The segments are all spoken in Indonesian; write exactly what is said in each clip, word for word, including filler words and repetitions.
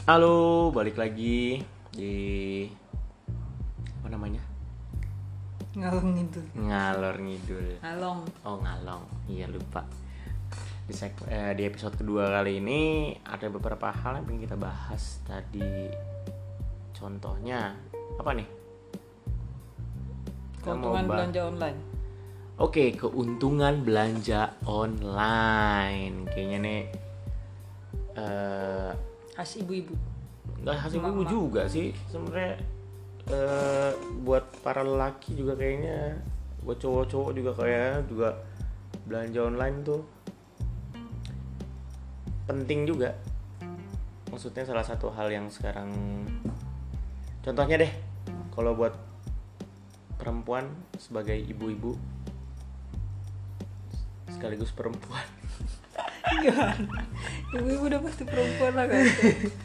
Halo, balik lagi di apa namanya? Ngalong ngidul. Ngalor ngidul. Ngalong. Oh, ngalong. Iya, lupa. Di seg- eh, di episode kedua kali ini ada beberapa hal yang ingin kita bahas tadi. Contohnya apa nih? Kita mau Keuntungan bah- belanja online. Oke, keuntungan belanja online. Kayaknya nih eh Khas ibu-ibu. nggak hasil ibu Emak-emak. juga sih sebenarnya. eh, buat para lelaki juga kayaknya, buat cowok-cowok juga kayak juga belanja online tuh penting juga. Maksudnya salah satu hal yang sekarang, contohnya deh, kalau buat perempuan sebagai ibu-ibu sekaligus perempuan. Gimana? Ibu-ibu udah pasti perempuan lah kan.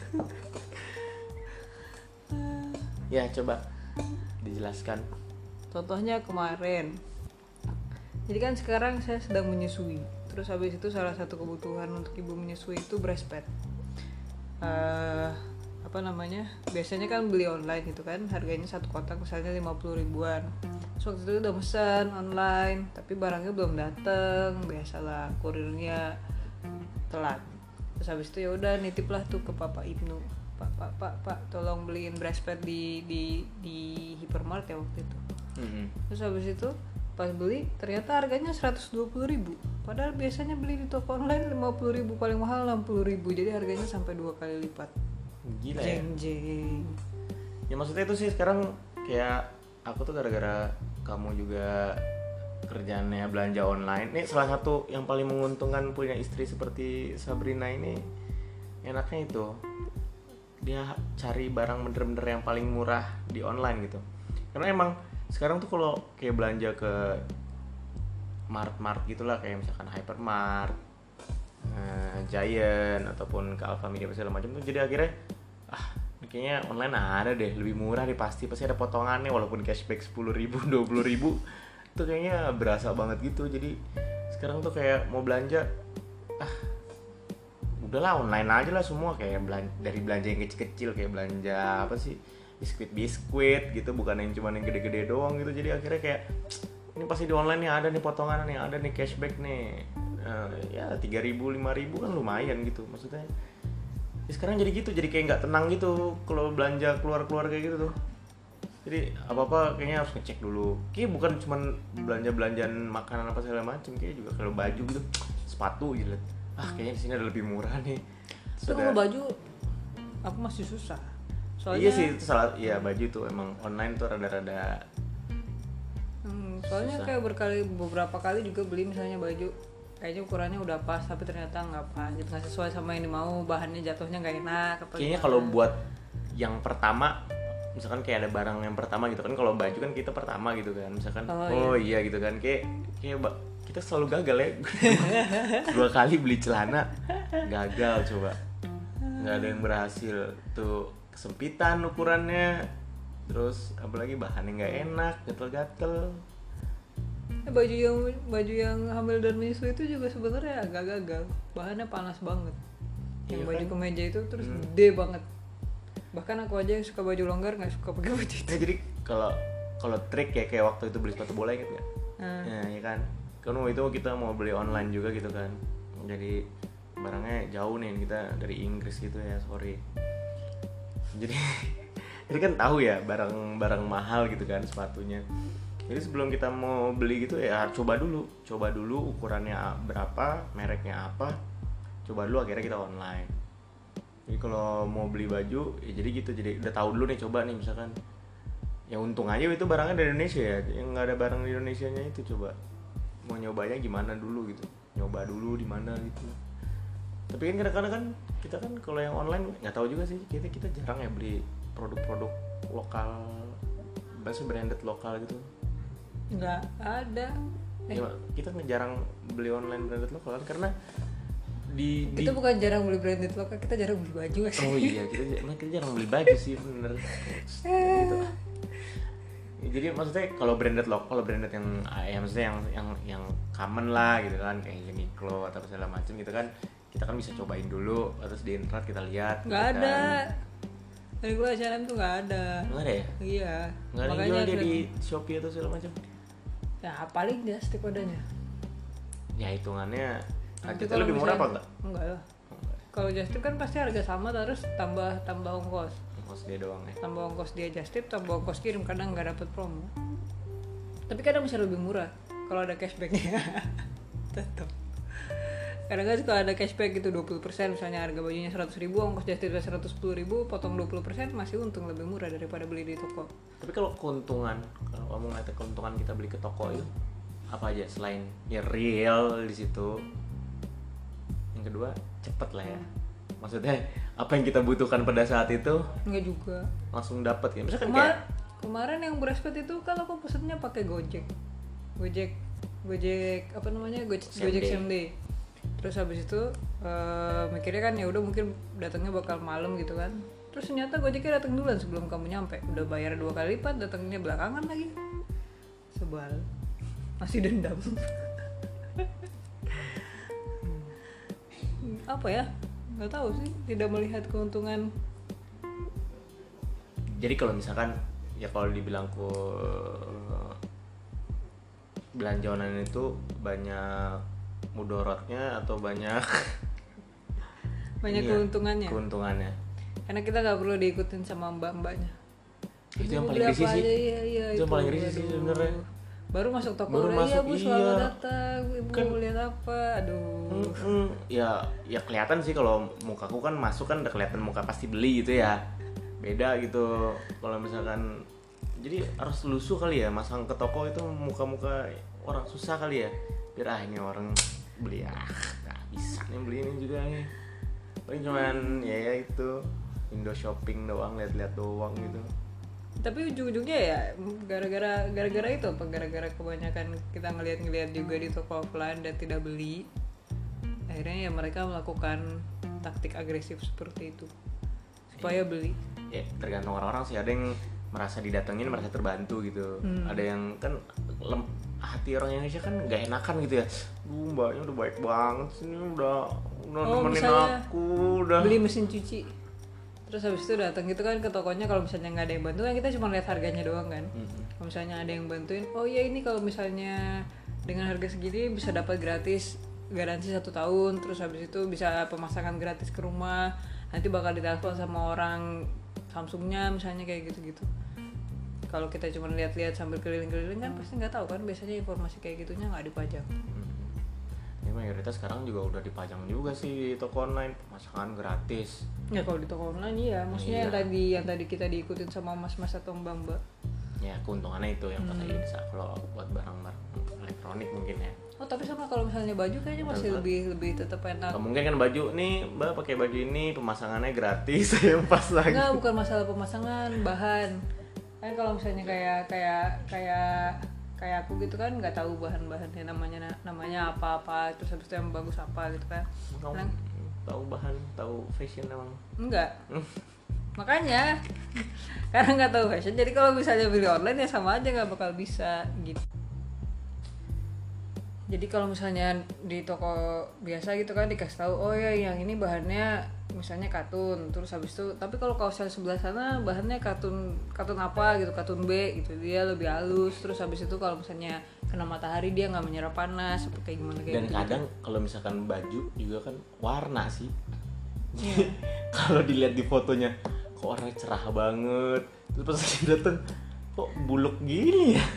Ya coba dijelaskan. Contohnya kemarin. Jadi kan sekarang saya sedang menyusui. Terus habis itu salah satu kebutuhan untuk ibu menyusui itu breastpad. Eh apa namanya? Biasanya kan beli online gitu kan, harganya satu kotak misalnya lima puluh ribuan. Terus waktu itu udah pesan online, tapi barangnya belum dateng. Biasalah kurirnya telat. Terus habis itu ya udah nitip lah tuh ke Papa Ibnu. Pak, pak, pak, pak, tolong beliin breastpad di di di hypermart ya waktu itu. Mm-hmm. Terus habis itu pas beli ternyata harganya seratus dua puluh ribu. Padahal biasanya beli di toko online lima puluh ribu, paling mahal enam puluh ribu. Jadi harganya sampai dua kali lipat. Gila ya. Jeng jeng. Ya maksudnya itu sih sekarang kayak aku tuh gara-gara kamu juga kerjaannya belanja online. Ini salah satu yang paling menguntungkan punya istri seperti Sabrina ini. Enaknya itu dia cari barang bener-bener yang paling murah di online gitu. Karena emang sekarang tuh kalau kayak belanja ke mart-mart gitulah, kayak misalkan Hypermart, eh, Giant ataupun ke Alfamidi segala macam tuh, jadi akhirnya ah kayaknya online ada deh lebih murah deh, pasti pasti ada potongannya walaupun cashback sepuluh ribu dua puluh ribu tuh kayaknya berasa banget gitu. Jadi sekarang tuh kayak mau belanja ah udahlah online aja lah semua, kayak belanja, dari belanja yang kecil-kecil kayak belanja apa sih biskuit-biskuit gitu, bukan yang cuma yang gede-gede doang gitu. Jadi akhirnya kayak ini pasti di online nih ada nih potongan nih, ada nih cashback nih, uh, ya tiga ribu lima ribu kan lumayan gitu maksudnya. Ya sekarang jadi gitu, jadi kayak nggak tenang gitu kalau belanja keluar-keluar kayak gitu tuh. Jadi apa-apa kayaknya harus ngecek dulu. Kayak bukan cuma belanja-belanjaan makanan apa segala macam, kayak juga kalau baju gitu, sepatu gitu. Ah kayaknya di sini ada lebih murah nih. Itu kalau baju aku masih susah. Soalnya Iya sih itu salah, iya baju tuh emang online tuh rada-rada. Hmm, soalnya Susah. kayak berkali beberapa kali juga beli misalnya baju kayaknya ukurannya udah pas tapi ternyata nggak pas, jadi nggak sesuai sama yang dimau, bahannya jatuhnya nggak enak. Kayaknya kalau buat yang pertama, misalkan kayak ada barang yang pertama gitu kan, kalau baju kan kita pertama gitu kan, misalkan oh, oh iya. iya gitu kan, kayak kayak kita selalu gagal ya. Dua kali beli celana gagal coba, nggak ada yang berhasil tuh, kesempitan ukurannya, terus apalagi bahannya nggak enak, gatel-gatel. Eh, baju yang baju yang hamil dan menyusui itu juga sebenarnya agak gagal, bahannya panas banget. Yang Iya baju kan? kemeja itu terus Hmm. gede banget. Bahkan aku aja yang suka baju longgar nggak suka pakai baju itu. Nah, jadi kalau kalau trik ya kayak waktu itu beli sepatu bola, inget nggak? Hmm. Nah, ya kan. Kan waktu itu kita mau beli online juga gitu kan. Jadi barangnya jauh nih, kita dari Inggris gitu ya, sorry. Jadi jadi kan tahu ya barang-barang mahal gitu kan sepatunya. Jadi sebelum kita mau beli gitu ya coba dulu, coba dulu ukurannya berapa, mereknya apa. Coba dulu, akhirnya kita online. Jadi kalau mau beli baju ya jadi gitu, jadi udah tahu dulu nih, coba nih misalkan. Ya untung aja itu barangnya dari Indonesia ya, yang nggak ada barang di Indonesianya itu, coba mau nyobanya gimana dulu gitu, nyoba dulu di mana gitu. Tapi kan kadang-kadang kan kita kan kalau yang online nggak tahu juga sih, kita kita jarang ya beli produk-produk lokal, bahasa branded lokal gitu. Nggak ada. Eh. Ya, kita jarang beli online branded lokal kan karena di, Kita di... bukan jarang beli branded lokal, kita jarang beli baju. Oh iya, kita, kita jarang beli baju sih bener. Gitu. Jadi maksudnya kalau branded lokal, kalau branded yang ya maksudnya yang yang yang common lah gitu kan, kayak Uniqlo atau segala macam gitu kan, kita kan bisa cobain dulu, terus di internet kita lihat. Nggak gitu ada. kan. Dari gue H and M tuh nggak ada. Nggak ada ya? Iya. Nggak ada yang jual dia di Shopee atau segala macam. Ya paling dia stick adanya. Ya hitungannya Nanti kita kalau lebih murah apa misalnya- enggak? Enggak lah. Kalau just tip kan pasti harga sama terus tambah tambah ongkos. Ongkos dia doang ya. Tambah ongkos dia just tip, tambah ongkos kirim, kadang nggak dapet promo. Tapi kadang bisa lebih murah kalau ada cashbacknya. Tetap. Kadang kan kalau ada cashback gitu dua puluh persen, misalnya harga bajunya seratus ribu, ongkos just tip seratus sepuluh ribu, potong dua puluh persen masih untung, lebih murah daripada beli di toko. Tapi kalau keuntungan, kalau kamu ngeliat keuntungan kita beli ke toko itu apa aja selain ya real di situ. Yang kedua cepet lah ya. Maksudnya apa yang kita butuhkan pada saat itu Enggak juga. langsung dapat ya. Misalkan Kemar- kayak kemarin yang Brespet itu kalau aku pesennya pakai Gojek. Gojek Gojek apa namanya? Gojek Same Gojek day. same day. Terus habis itu eh, mikirnya kan ya udah mungkin datangnya bakal malam gitu kan. Terus ternyata Gojeknya datang duluan sebelum kamu nyampe. Udah bayar dua kali lipat, datangnya belakangan lagi. Sebal. Masih dendam. Hmm, apa ya? Nggak tahu sih, tidak melihat keuntungan. jadi kalau misalkan ya kalau dibilang ku belanja online itu banyak mudorotnya atau banyak Banyak iya, keuntungannya. keuntungannya. Karena kita nggak perlu diikutin sama mbak-mbaknya. Itu yang Ibu paling beli risih apa sih. aja? Iya, iya, Itu yang paling risih sih aduh. sebenarnya. Baru masuk toko Baru udah, masuk, iya bu selamat iya. datang, ibu Kan- mau lihat apa, aduh. Mm-mm. Ya, ya kelihatan sih kalau mukaku kan masuk kan udah kelihatan muka pasti beli gitu ya. Beda gitu. Kalau misalkan jadi harus lusuh kali ya masang ke toko itu muka-muka orang susah kali ya. Biar ah ini orang beli ah nggak bisa nih beli ini juga nih. Paling cuman ya, ya itu Indo shopping doang lihat-lihat doang gitu. Tapi ujung-ujungnya ya gara-gara gara-gara itu apa? Gara-gara kebanyakan kita ngelihat-ngelihat juga di toko offline dan tidak beli. Akhirnya ya mereka melakukan taktik agresif seperti itu supaya beli. Ya tergantung orang-orang sih, ada yang merasa didatengin merasa terbantu gitu. Hmm. Ada yang kan lem, hati orang Indonesia kan nggak enakan gitu ya. Duh mbaknya udah baik banget sini udah udah Oh, nemenin misalnya aku udah. Beli mesin cuci. Terus habis itu datang gitu kan ke tokonya, kalau misalnya nggak ada yang bantu kan kita cuma lihat harganya doang kan. Mm-mm. Kalau misalnya ada yang bantuin, oh ya ini kalau misalnya dengan harga segini bisa dapat gratis garansi satu tahun, terus habis itu bisa pemasangan gratis ke rumah, nanti bakal ditelepon sama orang Samsungnya misalnya kayak gitu-gitu. Kalau kita cuma lihat-lihat sambil keliling-keliling kan pasti nggak tahu kan, biasanya informasi kayak gitunya nggak dipajang. Mm-mm. Ini mayoritas sekarang juga udah dipajang juga sih di toko online pemasangan gratis. Ya kalau di toko online iya, maksudnya Iya. yang tadi yang tadi kita diikutin sama mas-mas atau mbak-mbak. Ya keuntungannya itu yang kata Hmm. Yunisa. Kalau buat barang-barang elektronik mungkin ya. Oh tapi sama kalau misalnya baju kayaknya masih Betul. lebih lebih tetap enak. Nggak mungkin kan baju nih mbak pakai baju ini pemasangannya gratis saya pas lagi. Enggak, bukan masalah pemasangan, bahan. Kan kalau misalnya kayak kayak kayak kayak aku gitu kan nggak tahu bahan-bahannya namanya namanya apa-apa, terus habis itu yang bagus apa gitu kan. Kamu Kadang- tahu bahan, tahu fashion emang. Enggak. Makanya karena nggak tahu fashion, jadi kalau misalnya beli online ya sama aja nggak bakal bisa gitu. Jadi kalau misalnya di toko biasa gitu kan dikasih tahu, oh ya yang ini bahannya misalnya katun, terus habis itu tapi kalau kaos yang sebelah sana bahannya katun katun apa gitu, katun B gitu, dia lebih halus, terus habis itu kalau misalnya kena matahari dia nggak menyerap panas seperti kayak gimana kayak Dan gitu. kadang kalau misalkan baju juga kan warna sih. Iya. Kalau dilihat di fotonya kok warnanya cerah banget. Terus pas lagi dateng kok buluk gini ya.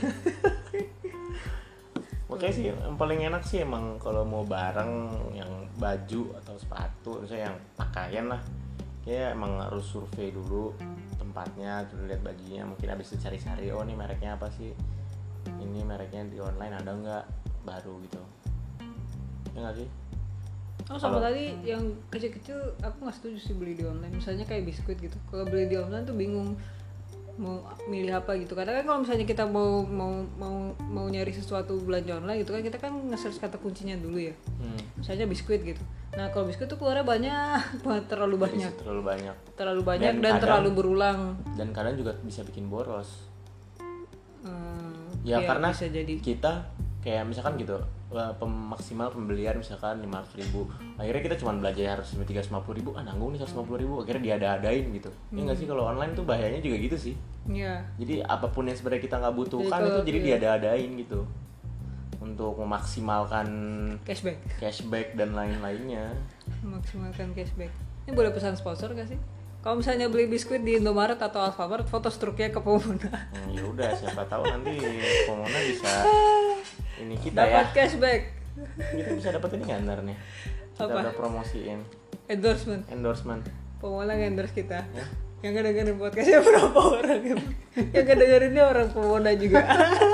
Makanya sih yang paling enak sih emang kalau mau barang yang baju atau sepatu, misalnya yang pakaian lah, ya emang harus survei dulu tempatnya, terus lihat bajunya, mungkin habis itu cari-cari, oh ini mereknya apa sih, ini mereknya di online ada nggak baru gitu, ya nggak sih? Oh sama Kalau- tadi yang kecil-kecil aku nggak setuju sih beli di online, misalnya kayak biskuit gitu. Kalau beli di online tuh bingung mau milih apa gitu. Kadang kan kalau misalnya kita mau mau mau mau nyari sesuatu belanja online gitu kan, kita kan nge-search kata kuncinya dulu ya. Hmm. Misalnya biskuit gitu. Nah kalau biskuit tuh keluarnya banyak, banget, terlalu banyak, Bisa terlalu banyak terlalu banyak Dan dan, kadang- terlalu berulang. dan kadang juga bisa bikin boros. Hmm, Ya, karena bisa jadi. kita kayak misalkan gitu uh, pem- maksimal pembelian misalkan lima ratus ribu, akhirnya kita cuma belanja harus tiga ratus lima puluh ribu, ah nanggung nih seratus lima puluh ribu, akhirnya diada-adain gitu. Ini nggak sih kalau online tuh bahayanya juga gitu sih. Iya. Jadi apapun yang sebenarnya kita nggak butuhkan Jadi kalau- itu jadi iya. diada-adain gitu untuk memaksimalkan Cashback. cashback dan lain-lainnya. Memaksimalkan cashback. Ini boleh pesan sponsor gak sih? Kalau misalnya beli biskuit di Indomaret atau Alfamart, foto struknya ke Pomona. Hmm, ya udah, siapa tahu nanti Pomona bisa ini kita Dapat ya. cashback. Kita bisa dapat ini nggak ntar nih? Kita Apa? udah promosiin Endorsement. endorsement. Pomona nge-endorse kita. Ya. Yang ngedengerin podcastnya berapa orang? Yang ngedengerinnya orang Pomona juga.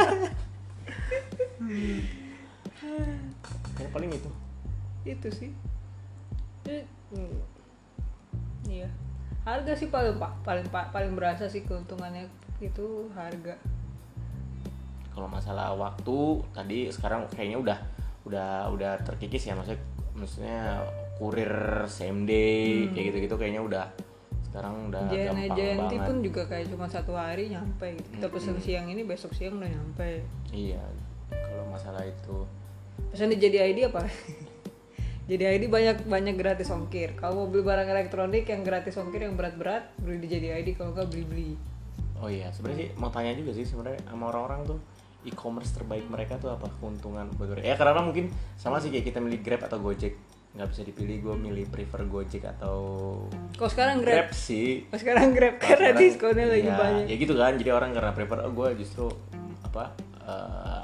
Ya paling itu. Itu sih. Eh, hmm. Iya. Harga sih paling pak paling pa- paling berasa sih keuntungannya itu harga. Kalau masalah waktu tadi sekarang kayaknya udah udah udah terkikis ya, maksudnya maksudnya kurir same day kayak gitu-gitu kayaknya udah sekarang udah J N E gampang J N T banget. pun juga kayak cuma satu hari nyampe gitu. Kita pesen siang ini besok siang udah nyampe. Iya, kalau masalah itu Pesan di J D I D apa? J D I D banyak banyak gratis ongkir. Kalau mau beli barang elektronik yang gratis ongkir yang berat-berat beli di J D I D, kalau nggak beli-beli. oh iya sebenarnya sih mau tanya juga sih sebenarnya sama orang-orang tuh e-commerce terbaik mereka tuh apa keuntungan bagi mereka? Ya karena mungkin sama sih kayak kita milih Grab atau Gojek, nggak bisa dipilih, gue milih prefer Gojek atau Kalau sekarang Grab, Grab sih. Kalau sekarang Grab Kalau karena sekarang, diskonnya lagi ya, banyak. ya gitu kan, jadi orang karena prefer, oh gue justru apa eh,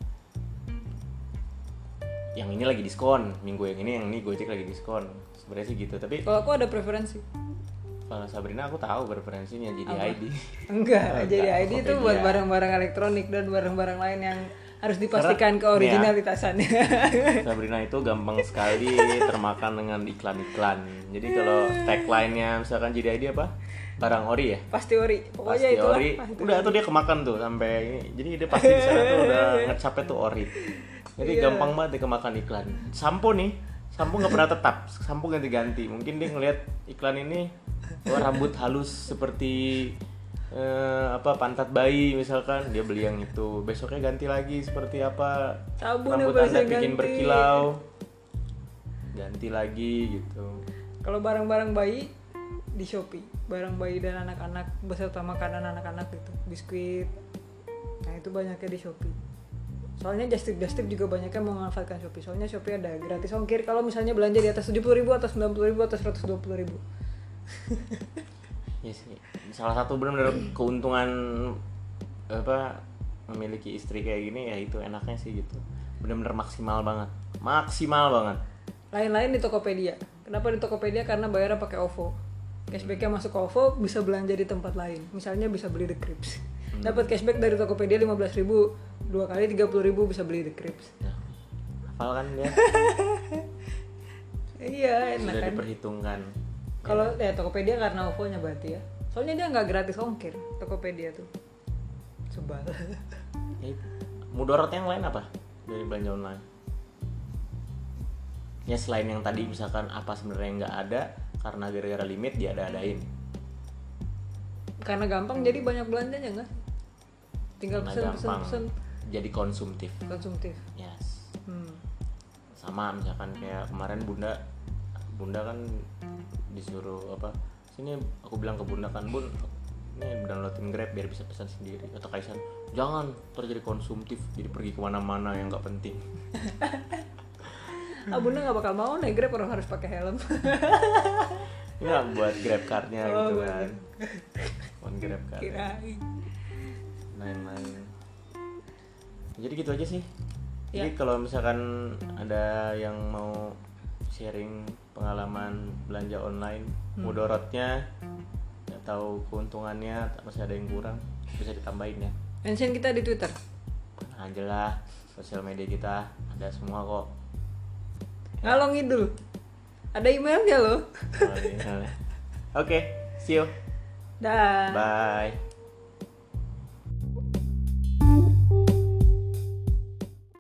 yang ini lagi diskon minggu yang ini, yang ini Gojek lagi diskon, sebenarnya sih gitu. Tapi Kalau aku ada preferensi. kalau Sabrina aku tahu preferensinya jadi Apa? I D. Enggak, Oh, jadi enggak, I D itu Tokopedia. buat barang-barang elektronik dan barang-barang lain yang harus dipastikan Karena- keoriginalitasannya. Sabrina itu gampang sekali termakan dengan iklan-iklan. Jadi kalau tagline-nya misalkan J D I D apa? Barang ori ya? Pasti ori. Pokoknya Pasti itu ori. Udah tuh dia kemakan tuh sampai ini. Jadi dia pasti di sana tuh udah ngecapnya tuh ori. Jadi Iya. gampang banget dia kemakan iklan. Sampo nih, sampo nggak pernah tetap. Sampo ganti-ganti. Mungkin dia ngelihat iklan ini, oh rambut halus seperti eh, apa pantat bayi misalkan, dia beli yang itu. Besoknya ganti lagi seperti apa? Sabun yang Rambut Anda biasa bikin ganti. berkilau. Ganti lagi gitu. Kalau barang-barang bayi di Shopee, barang bayi dan anak-anak beserta makanan anak-anak gitu, biskuit. Nah itu banyaknya di Shopee. Soalnya just tip just tip juga banyaknya memanfaatkan Shopee. Soalnya Shopee ada gratis ongkir kalau misalnya belanja di atas tujuh puluh ribu, atas sembilan puluh ribu, atas seratus dua puluh ribu. Yes, salah satu benar-benar keuntungan apa memiliki istri kayak gini ya itu enaknya sih gitu. Benar-benar maksimal banget. Maksimal banget. Lain-lain di Tokopedia. Kenapa di Tokopedia? Karena bayarnya pakai O V O. Cashbacknya masuk ke O V O, bisa belanja di tempat lain. Misalnya bisa beli The Crips. Dapat cashback dari Tokopedia lima belas ribu, dua kali tiga puluh ribu bisa beli The Crips. Ya. Hafal kan dia? Iya, enak Sudah kan. diperhitungkan. Kalau ya Tokopedia karena O V O-nya berarti ya. Soalnya dia nggak gratis ongkir Tokopedia tuh. Sebal. Ya, itu. Mudarat yang lain apa dari belanja online? Ya selain yang tadi misalkan apa sebenarnya nggak ada karena gara-gara limit dia ada-adain. Karena gampang jadi banyak belanjanya nggak? Tinggal Karena pesen pesen gampang pesen jadi konsumtif. konsumtif. Yes. Hmm. Sama misalkan kayak kemarin bunda bunda kan disuruh apa sini aku bilang ke bunda kan, bun ini downloadin Grab biar bisa pesan sendiri. Kata Kaisan jangan terjadi konsumtif jadi pergi kemana-mana yang nggak penting. Ah bunda nggak bakal mau naik Grab, orang harus pakai helm. Ya buat Grab cardnya Oh, gitu buat- kan, buat Grab card Kirain. lain-lain. Jadi gitu aja sih. Ya. Jadi kalau misalkan ada yang mau sharing pengalaman belanja online, Hmm. mudorotnya atau keuntungannya masih ada yang kurang, bisa ditambahin ya. Mention kita di Twitter. Aja lah, sosial media kita ada semua kok. Ngalong ngidul. Ada emailnya loh. Oke, see you. Dah. Bye.